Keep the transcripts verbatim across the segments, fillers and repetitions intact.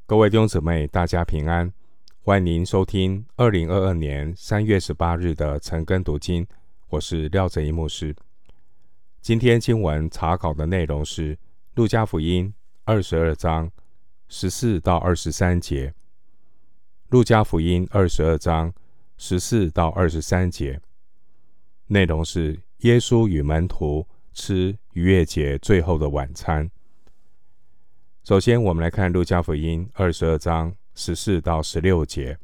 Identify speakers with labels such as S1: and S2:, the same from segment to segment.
S1: 各位弟兄姊妹，大家平安，欢迎收听二零二二年三月十八日的晨更读经。我是廖哲一牧师。今天经文查考的内容是路加福音二十二章十四到二十三节。路加福音二十二章十四到二十三节，内容是耶稣与门徒吃逾越节最后的晚餐。首先，我们来看路加福音二十二章十四到十六节。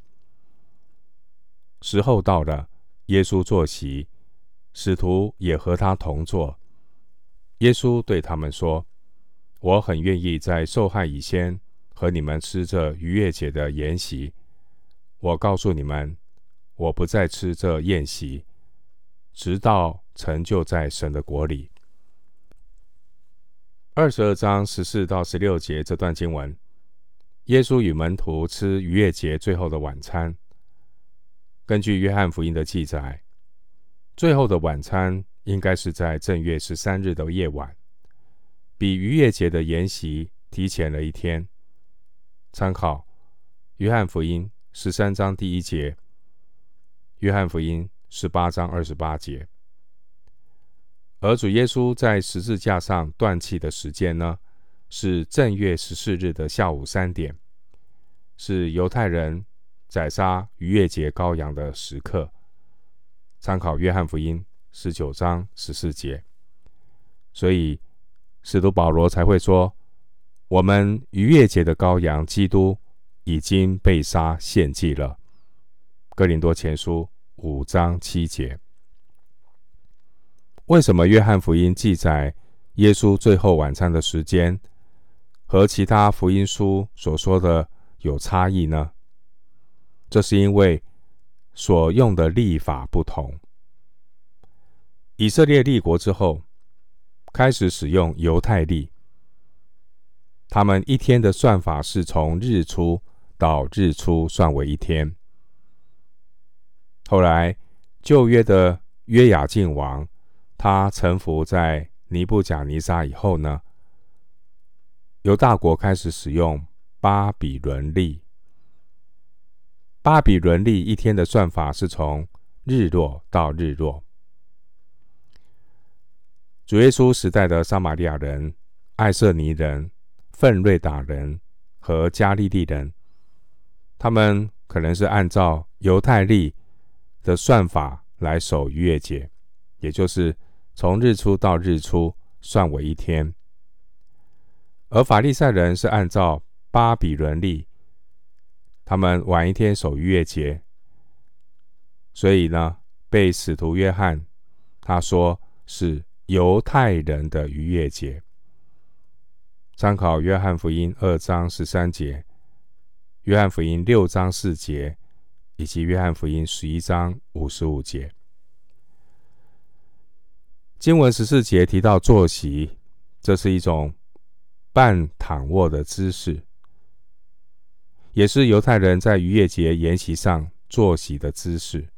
S1: 时候到了，耶稣坐席，使徒也和他同坐。耶稣对他们说：“我很愿意在受害以先和你们吃这逾越节的筵席。我告诉你们，我不再吃这宴席，直到成就在神的国里。”二十二章十四到十六节这段经文，耶稣与门徒吃逾越节最后的晚餐。根据约翰福音的记载，最后的晚餐应该是在正月十三日的夜晚，比逾越节的筵席提前了一天。参考约翰福音十三章第一节，约翰福音十八章二十八节。而主耶稣在十字架上断气的时间呢，是正月十四日的下午三点，是犹太人宰杀逾越节羔羊的时刻。参考约翰福音十九章十四节。所以使徒保罗才会说，我们逾越节的羔羊基督已经被杀献祭了。哥林多前书五章七节。为什么约翰福音记载耶稣最后晚餐的时间和其他福音书所说的有差异呢？这是因为所用的历法不同。以色列立国之后，开始使用犹太历，他们一天的算法是从日出到日出算为一天。后来旧约的约雅敬王，他臣服在尼布甲尼撒以后呢，犹大国开始使用巴比伦历。巴比伦历一天的算法是从日落到日落。主耶稣时代的撒玛利亚人、爱色尼人、奋锐达人和加利利人，他们可能是按照犹太历的算法来守逾越节，也就是从日出到日出算为一天。而法利赛人是按照巴比伦历，他们晚一天守逾越节，所以呢，被使徒约翰他说是犹太人的逾越节。参考约翰福音二章十三节、约翰福音六章四节以及约翰福音十一章五十五节。经文十四节提到坐席，这是一种半躺卧的姿势，也是犹太人在逾越节筵席上坐席的姿势。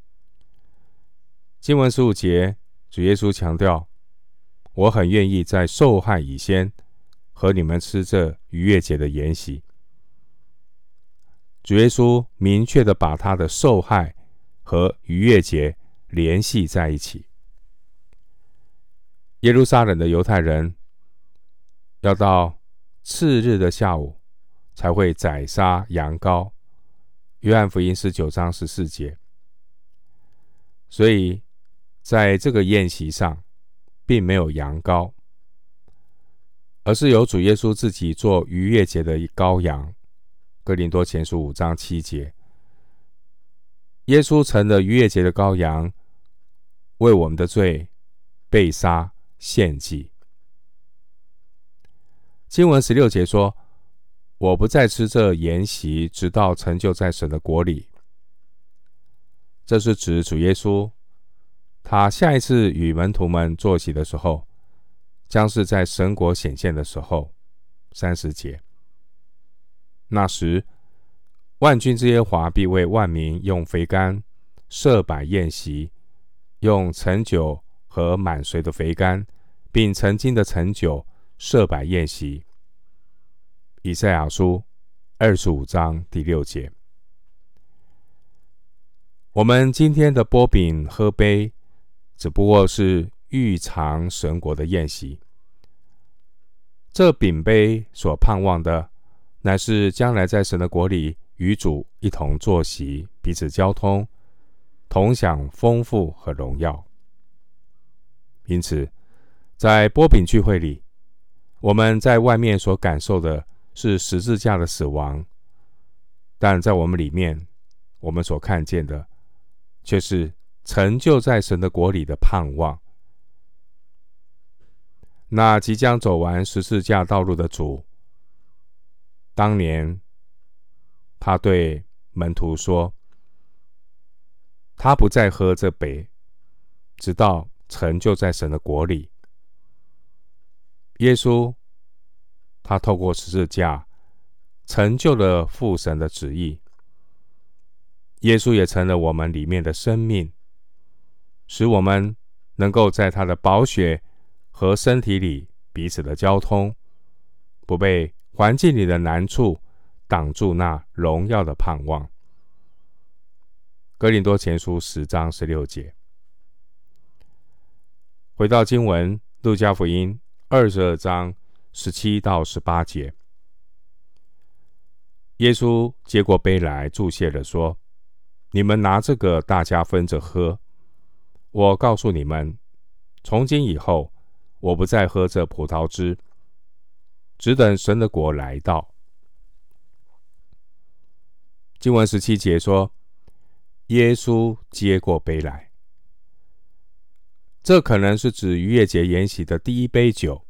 S1: 经文十五节，主耶稣强调，我很愿意在受害以先和你们吃这逾越节的筵席。主耶稣明确的把他的受害和逾越节联系在一起。耶路撒冷的犹太人要到次日的下午才会宰杀羊羔，约翰福音十九章十四节。所以在这个宴席上并没有羊羔，而是由主耶稣自己做逾越节的羔羊，哥林多前书五章七节。耶稣成了逾越节的羔羊，为我们的罪被杀献祭。经文十六节说，我不再吃这筵席，直到成就在神的国里。这是指主耶稣他下一次与门徒们坐席的时候，将是在神国显现的时候。三十节，那时万军之耶和华必为万民用肥甘设摆宴席，用陈酒和满髓的肥甘，并陈金的陈酒设摆宴席。以赛亚书二十五章第六节。我们今天的擘饼喝杯，只不过是预尝神国的宴席。这饼杯所盼望的，乃是将来在神的国里与主一同坐席，彼此交通，同享丰富和荣耀。因此，在擘饼聚会里，我们在外面所感受的是十字架的死亡，但在我们里面，我们所看见的却是成就在神的国里的盼望。那即将走完十字架道路的主，当年他对门徒说，他不再喝这杯，直到成就在神的国里。耶稣他透过十字架成就了父神的旨意，耶稣也成了我们里面的生命，使我们能够在他的宝血和身体里彼此的交通，不被环境里的难处挡住那荣耀的盼望。哥林多前书十章十六节。回到经文，路加福音二十二章十七到十八节。耶稣接过杯来，祝谢了说，你们拿这个大家分着喝。我告诉你们，从今以后，我不再喝这葡萄汁，只等神的国来到。经文十七节说，耶稣接过杯来，这可能是指逾越节筵席的第一杯酒。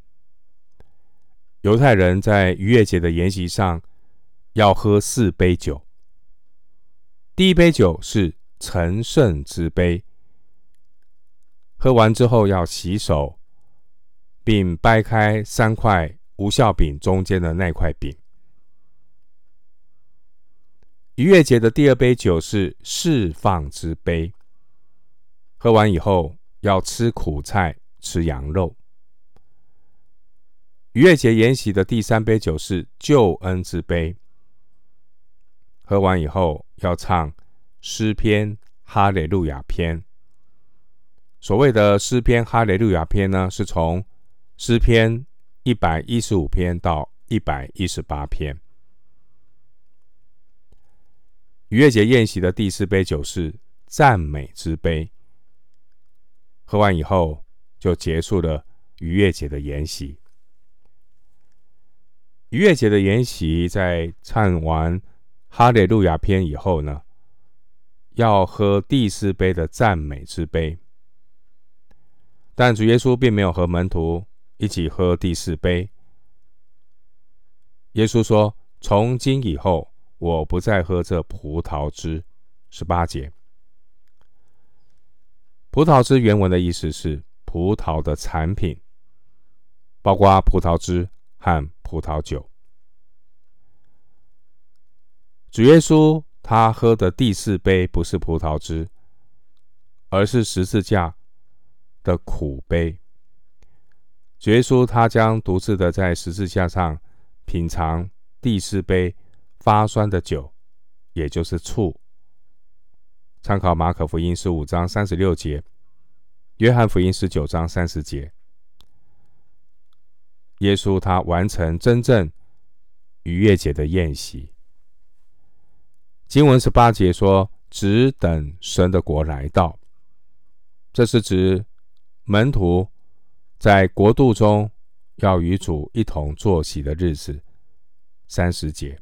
S1: 犹太人在逾越节的筵席上要喝四杯酒，第一杯酒是成圣之杯，喝完之后要洗手，并掰开三块无酵饼中间的那块饼。逾越节的第二杯酒是释放之杯，喝完以后要吃苦菜，吃羊肉。逾越节筵席的第三杯酒是救恩之杯，喝完以后要唱诗篇哈雷路亚篇。所谓的诗篇哈雷路亚篇呢，是从诗篇一百一十五篇到一百一十八篇。逾越节宴席的第四杯酒是赞美之杯，喝完以后就结束了逾越节的筵席。逾越节的筵席在唱完哈雷路亚篇以后呢，要喝第四杯的赞美之杯。但主耶稣并没有和门徒一起喝第四杯。耶稣说，从今以后，我不再喝这葡萄汁。十八节。葡萄汁原文的意思是葡萄的产品，包括葡萄汁和葡萄酒。主耶稣他喝的第四杯不是葡萄汁，而是十字架的苦杯。主耶稣他将独自的在十字架上品尝第四杯发酸的酒，也就是醋。参考马可福音十五章三十六节，约翰福音十九章三十节。耶稣他完成真正逾越节的宴席。经文十八节说，只等神的国来到。这是指门徒在国度中要与主一同坐席的日子。三十节。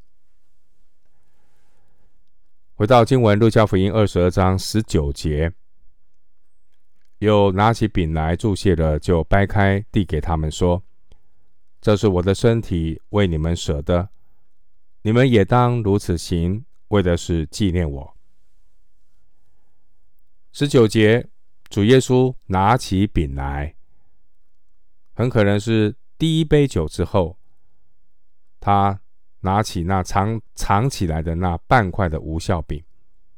S1: 回到经文，路加福音二十二章十九节，又拿起饼来祝谢了，就掰开递给他们说，这是我的身体，为你们舍的，你们也当如此行，为的是纪念我。十九节，主耶稣拿起饼来，很可能是第一杯酒之后，他拿起那藏藏起来的那半块的无酵饼。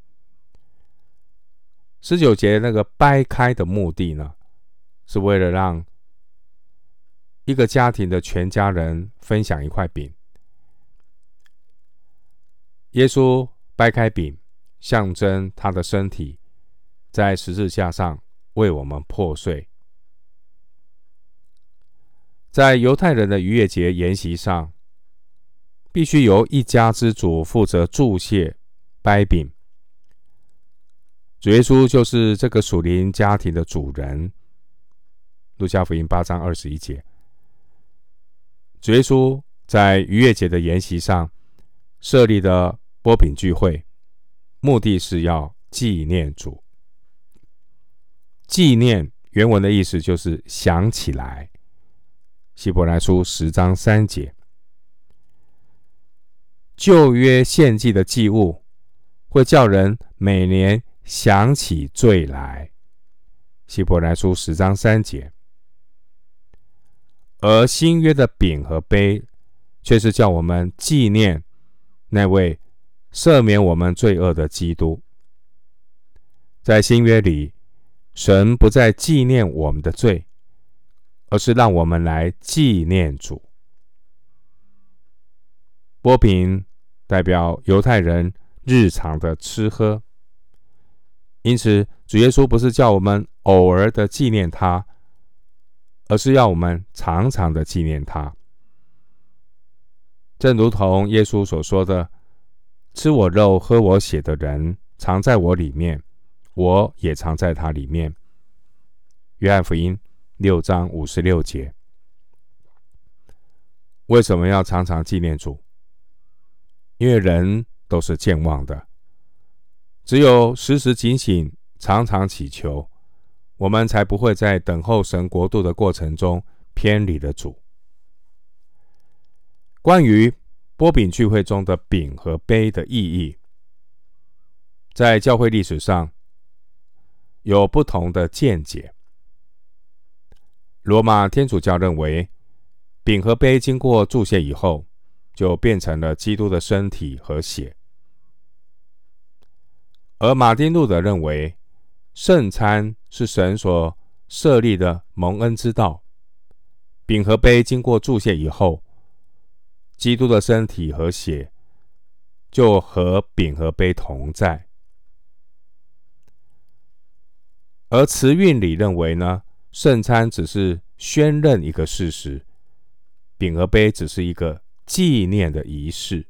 S1: 十九节那个掰开的目的呢，是为了让一个家庭的全家人分享一块饼。 耶稣掰开饼，象征他的身体在十字架上为我们破碎。在犹太人的逾越节筵席上，必须由一家之主负责祝谢、掰饼。主耶稣就是这个属灵家庭的主人。路加福音八章二十一节，主耶稣在逾越节的筵席上设立的擘饼聚会，目的是要纪念主。纪念原文的意思就是想起来。希伯来书十章三节，旧约献祭的祭物会叫人每年想起罪来。希伯来书十章三节，而新约的饼和杯却是叫我们纪念那位赦免我们罪恶的基督。在新约里，神不再纪念我们的罪，而是让我们来纪念主。擘饼代表犹太人日常的吃喝，因此主耶稣不是叫我们偶尔的纪念他，而是要我们常常的纪念他。正如同耶稣所说的，吃我肉喝我血的人常在我里面，我也常在他里面。约翰福音六章五十六节。为什么要常常纪念主？因为人都是健忘的，只有时时警醒，常常祈求，我们才不会在等候神国度的过程中偏离了主。关于擘饼聚会中的饼和杯的意义，在教会历史上有不同的见解。罗马天主教认为，饼和杯经过注谢以后，就变成了基督的身体和血。而马丁路德认为，圣餐是神所设立的蒙恩之道，饼和杯经过注谢以后，基督的身体和血就和饼和杯同在。而慈运理认为呢，圣餐只是宣认一个事实，饼和杯只是一个纪念的仪式。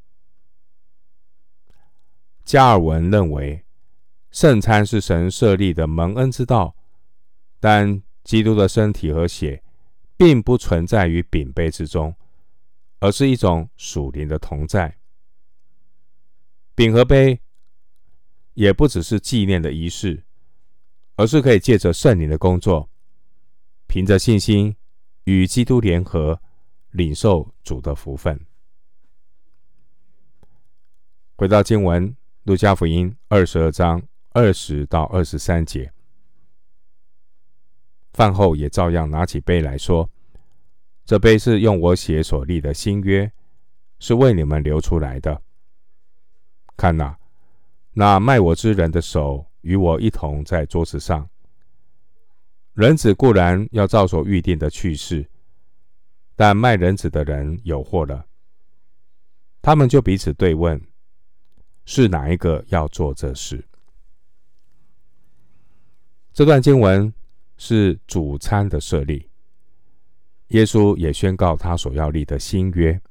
S1: 加尔文认为，圣餐是神设立的蒙恩之道，但基督的身体和血并不存在于饼杯之中，而是一种属灵的同在。饼和杯也不只是纪念的仪式，而是可以借着圣灵的工作，凭着信心与基督联合，领受主的福分。回到经文，路加福音二十二章二十到二十三节，饭后也照样拿起杯来说，这杯是用我血所立的新约，是为你们流出来的。看哪，那卖我之人的手与我一同在桌子上。人子固然要照所预定的去世，但卖人子的人有祸了。他们就彼此对问，是哪一个要做这事？这段经文是主餐的设立，耶稣也宣告他所要立的新约。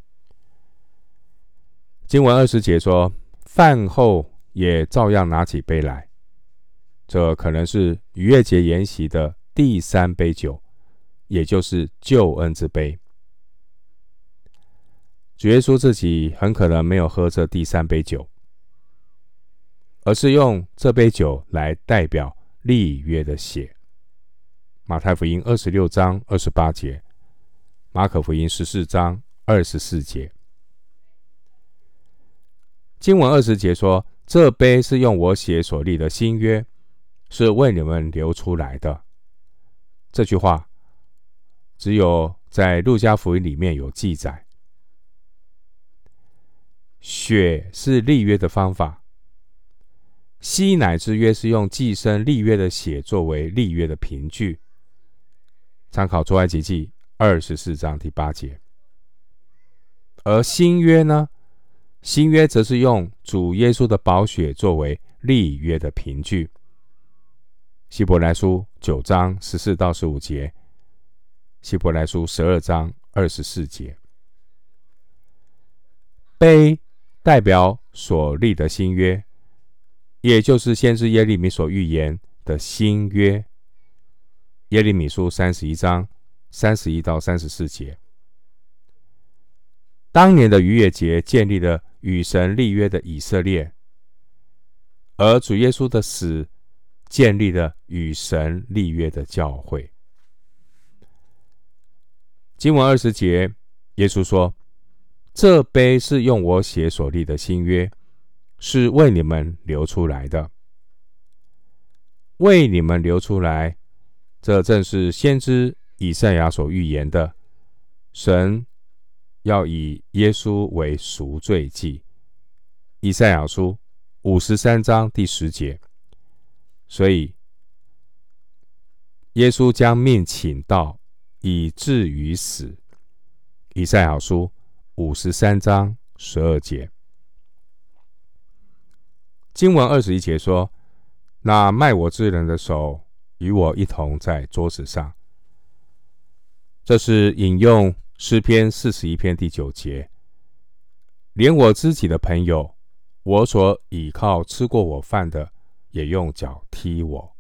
S1: 经文二十节说，饭后也照样拿起杯来，这可能是逾越节筵席的第三杯酒，也就是救恩之杯。主耶稣自己很可能没有喝这第三杯酒，而是用这杯酒来代表立约的血。马太福音二十六章二十八节，马可福音十四章二十四节。经文二十节说，这杯是用我血所立的新约，是为你们流出来的。这句话只有在路加福音里面有记载。血是立约的方法，西乃之约是用寄生立约的血作为立约的凭据。参考出埃及记二十四章第八节。而新约呢， 新约则是用主耶稣的宝血作为立约的凭据。希伯来书九章十四到十五节，希伯来书十二章二十四节。碑代表所立的新约，也就是先知耶利米所预言的新约。耶利米书三十一章三十一到三十四节。当年的逾越节建立了与神立约的以色列，而主耶稣的死建立了与神立约的教会。经文二十节，耶稣说：这杯是用我血所立的新约，是为你们流出来的。为你们流出来，这正是先知以赛亚所预言的，神要以耶稣为赎罪祭。以赛亚书五十三章第十节。所以耶稣将命倾倒，以至于死。以赛亚书五十三章十二节。经文二十一节说：那卖我之人的手与我一同在桌子上。这是引用诗篇四十一篇第九节。连我自己的朋友，我所倚靠吃过我饭的，也用脚踢我。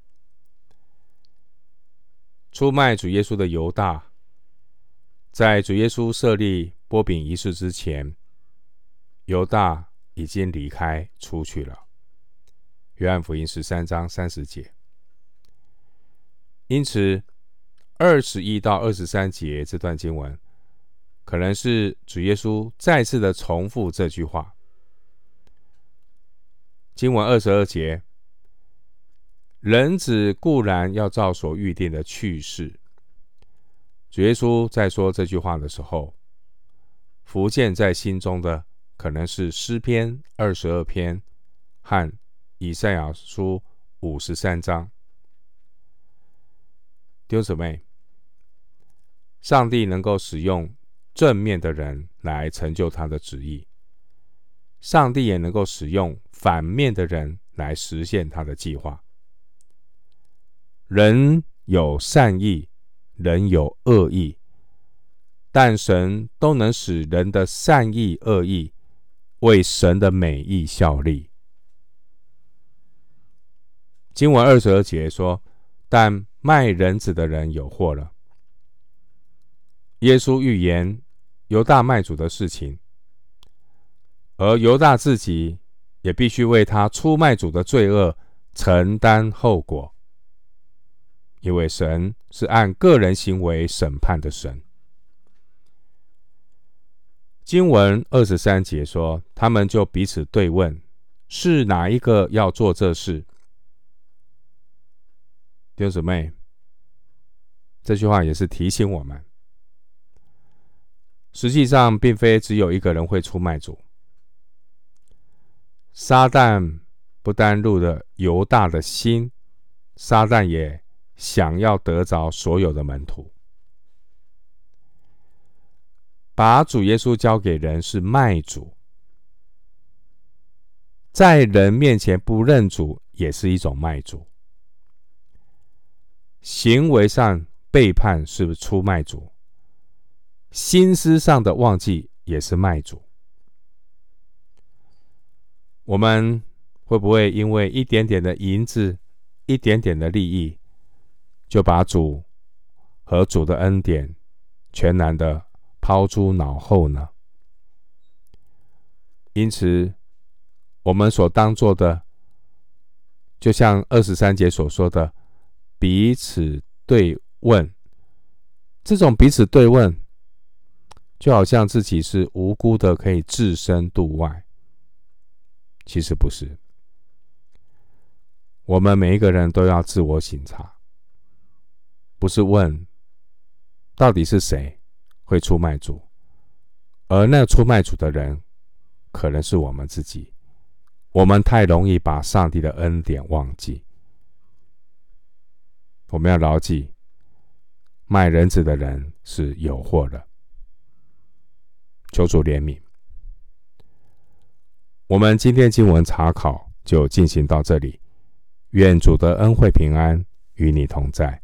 S1: 出卖主耶稣的犹大，在主耶稣设立擘饼仪式之前，犹大已经离开出去了。约翰福音十三章三十节。因此二十一到二十三节这段经文，可能是主耶稣再次的重复这句话。经文二十二节，人子固然要照所预定的去世。主耶稣在说这句话的时候，浮现在心中的可能是诗篇二十二篇和以赛亚书五十三章。弟兄姊妹，上帝能够使用正面的人来成就他的旨意，上帝也能够使用反面的人来实现他的计划。人有善意，人有恶意，但神都能使人的善意恶意为神的美意效力。经文二十二节说：但卖人子的人有祸了。耶稣预言犹大卖主的事情，而犹大自己也必须为他出卖主的罪恶承担后果，因为神是按个人行为审判的神。经文二十三节说：他们就彼此对问，是哪一个要做这事？弟兄姊妹，这句话也是提醒我们，实际上并非只有一个人会出卖主。撒旦不单入了犹大的心，撒旦也想要得着所有的门徒。把主耶稣交给人是卖主，在人面前不认主也是一种卖主。行为上背叛是出卖主，心思上的忘记也是卖主。我们会不会因为一点点的银子，一点点的利益，就把主和主的恩典全然的抛诸脑后呢？因此我们所当做的，就像二十三节所说的，彼此对问。这种彼此对问，就好像自己是无辜的，可以置身度外。其实不是，我们每一个人都要自我省察，不是问到底是谁会出卖主，而那出卖主的人可能是我们自己。我们太容易把上帝的恩典忘记。我们要牢记，卖人子的人是有祸的。求主怜悯。 我们今天经文查考就进行到这里，愿主的恩惠平安与你同在。